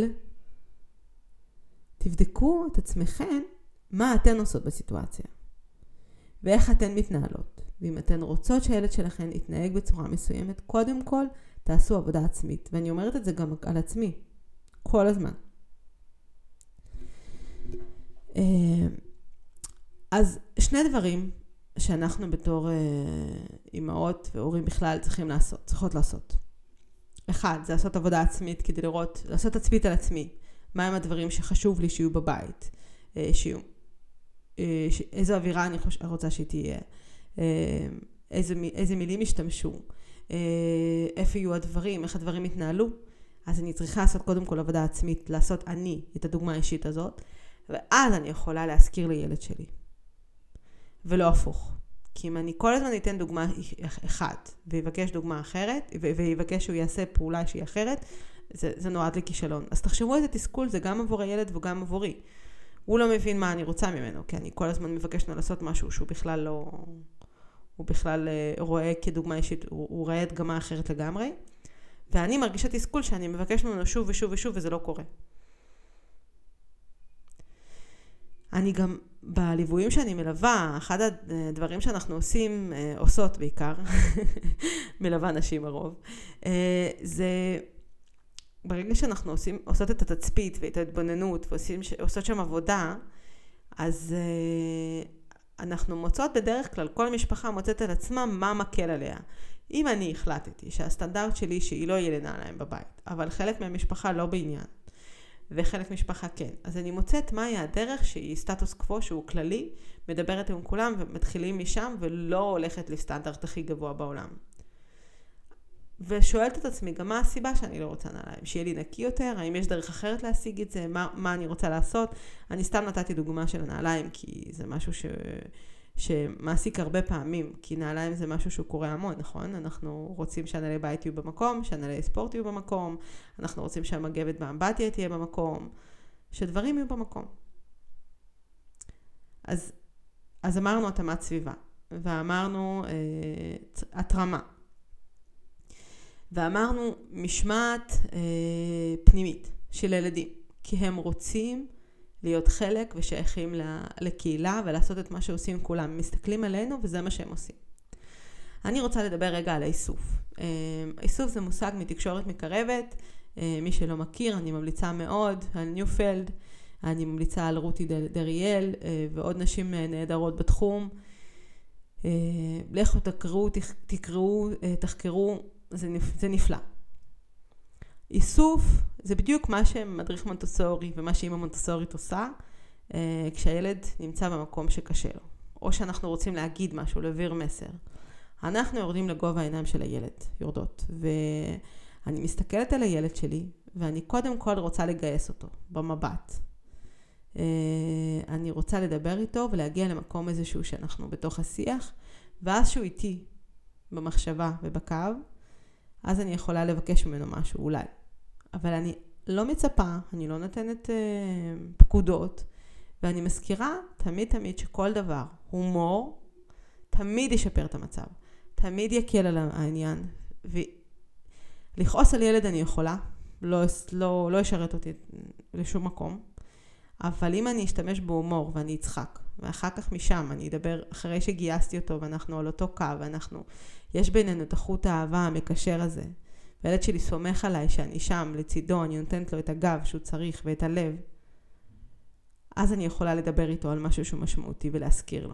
תבדקו את עצמכם, מה אתן עושות בסיטואציה. ואיך אתן מתנהלות. ואם אתן רוצות שהילד שלכן יתנהג בצורה מסוימת, קודם כל תעשו עבודה עצמית. ואני אומרת את זה גם על עצמי. כל הזמן. אז שני דברים שאנחנו בתור אימהות והורים בכלל צריכות לעשות. אחד, זה לעשות עבודה עצמית כדי לעשות עצמית על עצמי. מהם הדברים שחשוב לי שיהיו בבית. איזו אווירה אני רוצה שהיא תהיה, איזה מילים ישתמשו, איפה יהיו הדברים, איך הדברים יתנהלו. אז אני צריכה לעשות קודם כל עבודה עצמית, לעשות אני את הדוגמה האישית הזאת, ואז אני יכולה להזכיר לילד שלי. ולא הפוך. כי אם אני כל הזמן אתן דוגמה אחת, ויבקש דוגמה אחרת, ויבקש שהוא יעשה פעולה שהיא אחרת, זה נועד לכישלון. אז תחשבו איזה תסכול, זה גם עבור הילד וגם עבורי. הוא לא מבין מה אני רוצה ממנו, כי אני כל הזמן מבקשת לעשות משהו שהוא בכלל לא, הוא בכלל רואה כדוגמה אישית, הוא רואה דגמה אחרת לגמרי, ואני מרגישה תסכול שאני מבקשת ממנו שוב ושוב ושוב, וזה לא קורה. אני גם, בליוויים שאני מלווה, אחד הדברים שאנחנו עושות בעיקר, מלווה נשים הרוב, זה ברגע שאנחנו עושות את התצפית ואת ההתבוננות ועושות שם עבודה, אז אנחנו מוצאות בדרך כלל, כל משפחה מוצאת על עצמה מה מקל עליה. אם אני החלטתי שהסטנדרט שלי שהיא לא יהיה לנעליים בבית, אבל חלק מהמשפחה לא בעניין, וחלק משפחה כן, אז אני מוצאת מהי הדרך שהיא סטטוס קוו שהוא כללי, מדברת עם כולם ומתחילים משם ולא הולכת לסטנדרט הכי גבוה בעולם. ושואלת את עצמי גם מה הסיבה שאני לא רוצה נעליים, שיהיה לי נקי יותר, האם יש דרך אחרת להשיג את זה, מה אני רוצה לעשות. אני סתם נתתי דוגמה של הנעליים, כי זה משהו שמעסיק הרבה פעמים, כי נעליים זה משהו שהוא קורה המון, נכון? אנחנו רוצים שהנעלי בית יהיו במקום, שהנעלי ספורט יהיו במקום, אנחנו רוצים שהמגבת באמבטיה תהיה במקום, שדברים יהיו במקום. אז אמרנו התאמת סביבה, ואמרנו התרמה. ואמרנו משמעת פנימית של ילדים, כי הם רוצים להיות חלק ושייכים לקהילה ולעשות את מה שעושים כולם. הם מסתכלים עלינו וזה מה שהם עושים. אני רוצה לדבר רגע על האיסוף. האיסוף זה מושג מתקשורת מקרבת. מי שלא מכיר, אני ממליצה מאוד על ניופלד, אני ממליצה על רותי דריאל ועוד נשים נהדרות בתחום. לכו תקראו, תחקרו, זה נפלא. איסוף זה בדיוק מה שמדריך מונטסורי ומה שאמא מונטסורית עושה, כשהילד נמצא במקום שקשה לו, או שאנחנו רוצים להגיד משהו, להעביר מסר. אנחנו יורדים לגובה העיניים של הילד, יורדות, ואני מסתכלת על הילד שלי, ואני קודם כל רוצה לגייס אותו במבט. אני רוצה לדבר איתו ולהגיע למקום איזשהו שאנחנו בתוך השיח, ואז שהוא איתי במחשבה ובקו, אז אני יכולה לבקש ממנו משהו, אולי. אבל אני לא מצפה, אני לא נותנת פקודות, ואני מזכירה תמיד שכל דבר, הומור, תמיד ישפר את המצב, תמיד יקל על העניין, ולכעוס על ילד אני יכולה, לא ישרת אותי לשום מקום, אבל אם אני אשתמש בהומור ואני אצחק, ואחר כך משם אני אדבר אחרי שגייסתי אותו ואנחנו על אותו קו, יש בינינו את החוט האהבה המקשר הזה, והילד שלי סומך עליי שאני שם לצידו, אני נותנת לו את הגב שהוא צריך ואת הלב, אז אני יכולה לדבר איתו על משהו שהוא משמעותי ולהזכיר לו.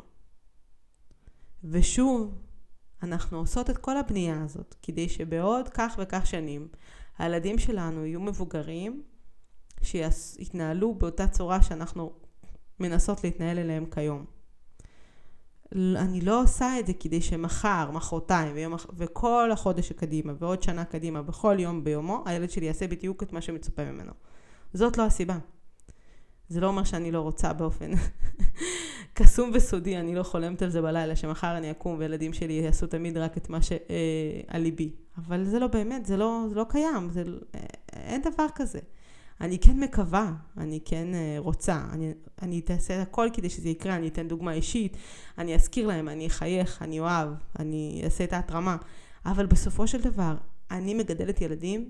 ושוב, אנחנו עושות את כל הבנייה הזאת, כדי שבעוד כך וכך שנים, הילדים שלנו יהיו מבוגרים, שיתנהלו באותה צורה שאנחנו מנסות להתנהל אליהם כיום. אני לא עושה את זה כדי שמחר, מחרתיים, וכל החודש הקדימה, ועוד שנה קדימה, בכל יום ביומו, הילד שלי יעשה בדיוק את מה שמצופה ממנו. זאת לא הסיבה. זה לא אומר שאני לא רוצה באופן קסום וסודי, אני לא חולמת על זה בלילה, שמחר אני אקום וילדים שלי יעשו תמיד רק את מה שעל ליבי. אבל זה לא באמת, זה לא קיים, אין דבר כזה. אני כן מקווה, אני כן רוצה, אני אעשה הכל כדי שזה יקרה, אני אתן דוגמה אישית, אני אזכיר להם, אני אחייך, אני אוהב, אני אעשה את ההתרמה. אבל בסופו של דבר, אני מגדלת ילדים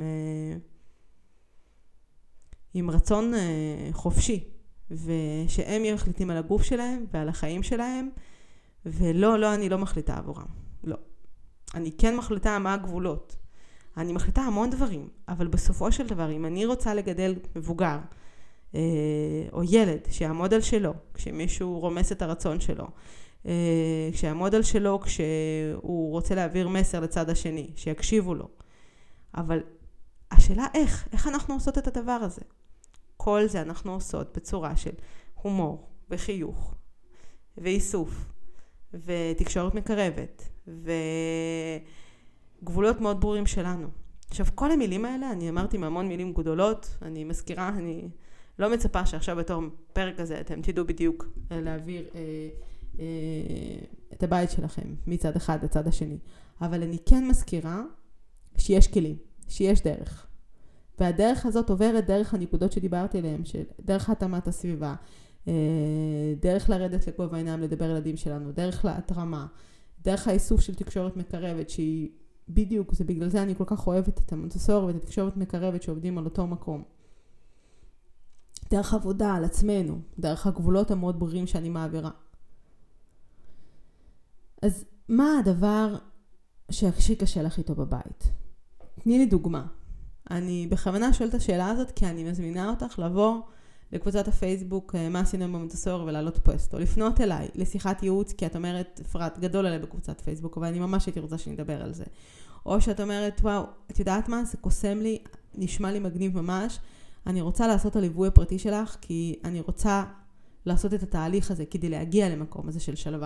עם רצון חופשי, ושהם מחליטים על הגוף שלהם ועל החיים שלהם, ולא, אני לא מחליטה עבורם. לא. אני כן מחליטה מה הגבולות. אני מחליטה המון דברים, אבל בסופו של דבר, אם אני רוצה לגדל מבוגר, או ילד שיעמוד על שלו, כשמישהו רומס את הרצון שלו, כשיעמוד על שלו, כשהוא רוצה להעביר מסר לצד השני, שיקשיבו לו. אבל השאלה איך אנחנו עושות את הדבר הזה? כל זה אנחנו עושות בצורה של הומור, וחיוך, ואיסוף, ותקשורת מקרבת, גבולות מאוד ברורים שלנו. עכשיו, כל המילים האלה, אני אמרתי מהמון מילים גדולות, אני מזכירה, אני לא מצפה שעכשיו בתור פרק הזה אתם תדעו בדיוק להעביר את הבית שלכם מצד אחד לצד השני. אבל אני כן מזכירה שיש כלים, שיש דרך. והדרך הזאת עוברת דרך הנקודות שדיברתי עליהן, דרך התאמת הסביבה, דרך לרדת לגובה העיניים לדבר ילדים שלנו, דרך להתרמה, דרך האיסוף של תקשורת מקרבת שהיא בדיוק, זה בגלל זה אני כל כך אוהבת את המונטסורי ואת התקשורת מקרבת שעובדים על אותו מקום. דרך עבודה על עצמנו, דרך הגבולות המאוד ברירים שאני מעבירה. אז מה הדבר שהכי קשה לך איתו בבית? תני לי דוגמה. אני בכוונה שואלת את השאלה הזאת כי אני מזמינה אותך לבוא לקבוצת הפייסבוק מה עשינו במונטסורי ולעלות פוסט, או לפנות אליי לשיחת ייעוץ, כי את אומרת, אפרת, גדול עליי בקבוצת פייסבוק, אבל אני ממש הייתי רוצה שנדבר על זה. או שאת אומרת, וואו, את יודעת מה? זה קוסם לי, נשמע לי מגניב ממש, אני רוצה לעשות הליווי הפרטי שלך, כי אני רוצה לעשות את התהליך הזה, כדי להגיע למקום הזה של שלווה.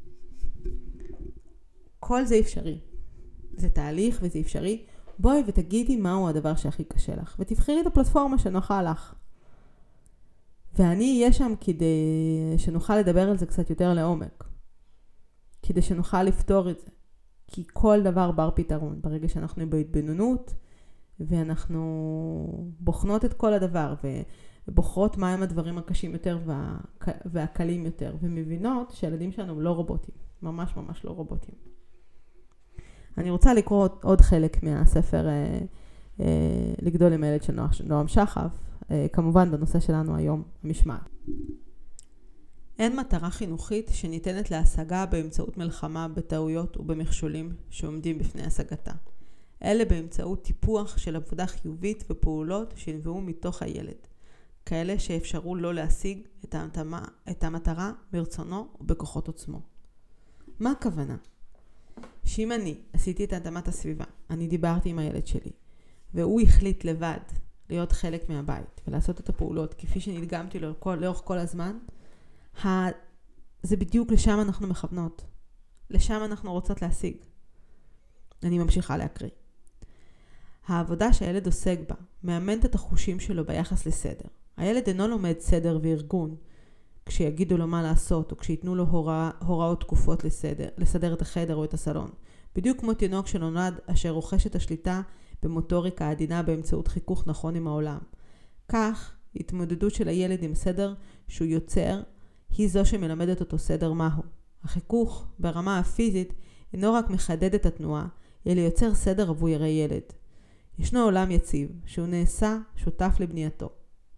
כל זה אפשרי. זה תהליך וזה אפשרי. בואי ותגידי מהו הדבר שהכי קשה לך, ותבחרי את הפלטפורמה שנוחה לך. ואני אהיה שם כדי שנוכל לדבר על זה קצת יותר לעומק. כדי שנוכל לפתור את זה. כי כל דבר בר פתרון. ברגע שאנחנו בהתבוננות, ואנחנו בוחנות את כל הדבר, ובוחרות מהם הדברים הקשים יותר והקלים יותר, ומבינות שהילדים שלנו לא רובוטים. ממש ממש לא רובוטים. אני רוצה לקרוא עוד חלק מהספר לגדול עם הילד של נועם שחף, כמובן בנושא שלנו היום, המשמעת. אין מטרה חינוכית שניתנת להשגה באמצעות מלחמה בטעויות ובמכשולים שעומדים בפני השגתה. אלה באמצעות טיפוח של עבודה חיובית ופעולות שנבעו מתוך הילד, כאלה שאפשרו לו להשיג את המטרה ברצונו ובכוחות עצמו. מה הכוונה? שאם אני עשיתי את התאמת הסביבה, אני דיברתי עם הילד שלי, והוא החליט לבד להיות חלק מהבית ולעשות את הפעולות כפי שנדגמתי לו לאורך כל הזמן, זה בדיוק לשם אנחנו מכוונות. לשם אנחנו רוצות להשיג. אני ממשיכה להקריא. העבודה שהילד עוסק בה מאמנת את החושים שלו ביחס לסדר. הילד אינו לומד סדר וארגון כשיגידו לו מה לעשות או כשיתנו לו הוראות תקופות לסדר את החדר או את הסלון. בדיוק כמו תינוק שנולד אשר רוכש את השליטה במוטוריקה העדינה באמצעות חיכוך נכון עם העולם. כך, התמודדות של הילד עם סדר שהוא יוצר היא זו שמלמדת אותו סדר מהו. החיכוך ברמה הפיזית אינו רק מחדד את התנועה, אלא יוצר סדר עבור ילד. ישנו עולם יציב שהוא נעשה שותף לבנייתו.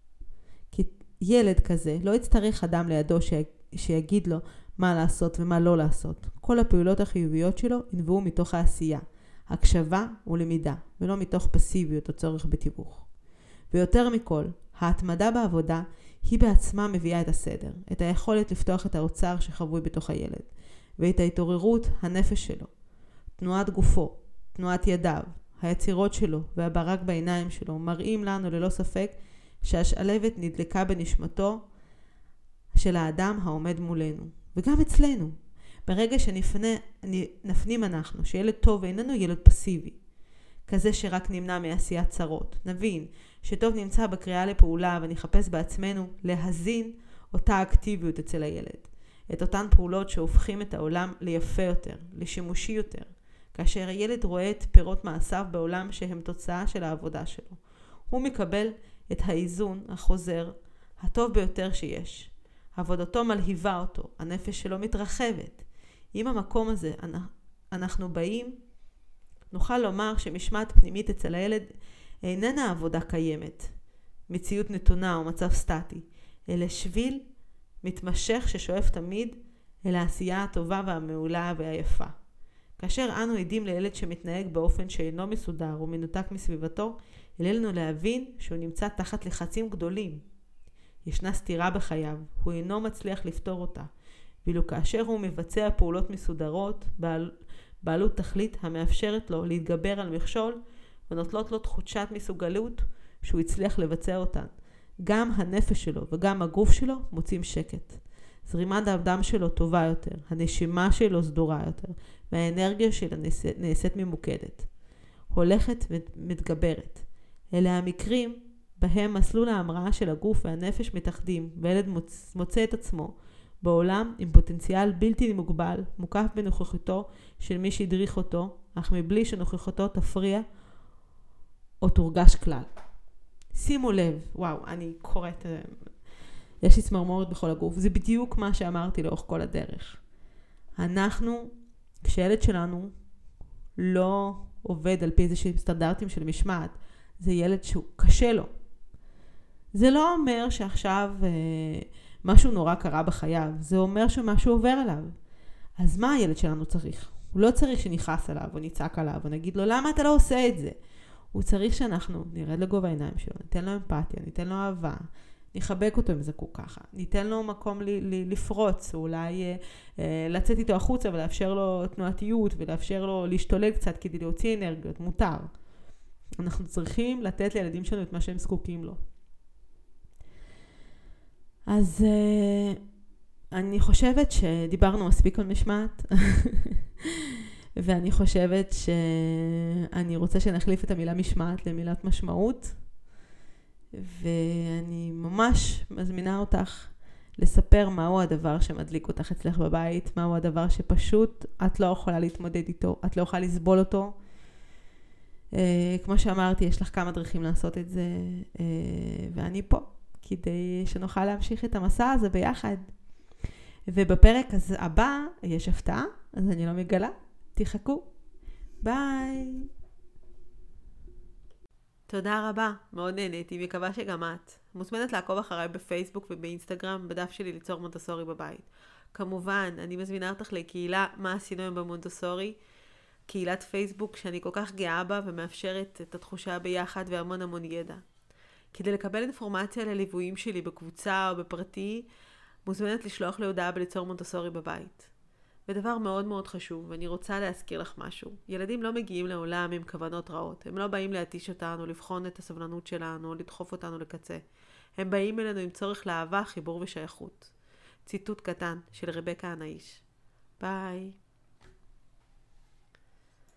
כי ילד כזה לא יצטרך אדם לידו שיגיד לו מה לעשות ומה לא לעשות. כל הפעולות החיוביות שלו ינבעו מתוך העשייה, הקשבה ולמידה, ולא מתוך פסיביות או צורך בתיווך. ויותר מכל, ההתמדה בעבודה היא בעצמה מביאה את הסדר, את היכולת לפתוח את האוצר שחבוי בתוך הילד, ואת ההתעוררות הנפש שלו, תנועת גופו, תנועת ידיו, היצירות שלו והברק בעיניים שלו מראים לנו ללא ספק שהשלבת נדלקה בנשמתו של האדם העומד מולנו, וגם אצלנו. ברגע שנפנים אנחנו שילד טוב איננו ילד פסיבי, כזה שרק נמנע מעשיית צרות. נבין שטוב נמצא בקריאה לפעולה ונחפש בעצמנו להזין אותה אקטיביות אצל הילד. את אותן פעולות שהופכים את העולם ליפה יותר, לשימושי יותר. כאשר הילד רואה את פירות מעשיו בעולם שהם תוצאה של העבודה שלו. הוא מקבל את האיזון החוזר הטוב ביותר שיש. עבודתו מלהיבה אותו, הנפש שלו מתרחבת. אם המקום הזה אנחנו באים, נוכל לומר שמשמעת פנימית אצל הילד איננה עבודה קיימת, מציאות נתונה או מצב סטטי, אלא שביל מתמשך ששואף תמיד אל העשייה הטובה והמעולה והיפה. כאשר אנו עדים לילד שמתנהג באופן שאינו מסודר ומנותק מסביבתו, עלינו להבין שהוא נמצא תחת לחצים גדולים. ישנה סתירה בחייו, הוא אינו מצליח לפתור אותה, ואילו כאשר הוא מבצע פעולות מסודרות, בעלות תכלית המאפשרת לו להתגבר על מכשול, ונוטלות לו תחושת מסוגלות שהוא הצליח לבצע אותן. גם הנפש שלו וגם הגוף שלו מוצאים שקט. זרימת הדם שלו טובה יותר, הנשימה שלו סדורה יותר, והאנרגיה שלה נעשית ממוקדת. הולכת ומתגברת. אלה המקרים בהם מסלול ההמראה של הגוף והנפש מתאחדים, וילד מוצא את עצמו בעולם עם פוטנציאל בלתי מוגבל, מוקף בנוכחותו של מי שהדריך אותו, אך מבלי שנוכחותו תפריע או תורגש כלל. שימו לב, וואו, אני קוראת, יש לי צמרמורת בכל הגוף. זה בדיוק מה שאמרתי לאורך כל הדרך. אנחנו, כשילד שלנו לא עובד על פי איזה סטנדרטים של משמעת, זה ילד שהוא קשה לו. זה לא אומר שעכשיו משהו נורא קרה בחייו, זה אומר שמשהו עובר עליו. אז מה הילד שלנו צריך? הוא לא צריך שנכעס עליו או ניצק עליו ונגיד לו, למה אתה לא עושה את זה? הוא צריך שאנחנו נרד לגובה העיניים שלו, ניתן לו אמפתיה, ניתן לו אהבה, נחבק אותו אם זקוק ככה, ניתן לו מקום לפרוץ, אולי לצאת איתו החוצה ולאפשר לו תנועתיות ולאפשר לו להשתולל קצת כדי להוציא אנרגיות, מותר. אנחנו צריכים לתת לילדים שלנו את מה שהם זקוקים לו. אז אני חושבת שדיברנו מספיק על משמעת, ואני חושבת שאני רוצה שנחליף את המילה משמעת למילת משמעות, ואני ממש מזמינה אותך לספר מהו הדבר שמדליק אותך אצלך בבית, מהו הדבר שפשוט את לא יכולה להתמודד איתו, את לא יכולה לסבול אותו. כמו שאמרתי, יש לך כמה דרכים לעשות את זה, ואני פה כדי שנוכל להמשיך את המסע הזה ביחד. ובפרק הבא יש הפתעה, אז אני לא מגלה. תחכו. ביי. תודה רבה, מאוד נהניתי, מקווה שגם את. מוזמנת לעקוב אחריי בפייסבוק ובאינסטגרם, בדף שלי ליצור מונטסורי בבית. כמובן, אני מזמינה אותך לקהילה מה עשינו היום במונטסורי, קהילת פייסבוק שאני כל כך גאה בה ומאפשרת את התחושה ביחד והמון המון ידע. כדי לקבל אינפורמציה על הליוויים שלי בקבוצה או בפרטי, מוזמנת לשלוח לי הודעה בליצור מונטסורי בבית. ודבר מאוד מאוד חשוב, ואני רוצה להזכיר לך משהו. ילדים לא מגיעים לעולם עם כוונות רעות. הם לא באים להתיש אותנו, לבחון את הסבלנות שלנו, לדחוף אותנו לקצה. הם באים אלינו עם צורך לאהבה, חיבור ושייכות. ציטוט קטן של רבקה הנאיש. ביי.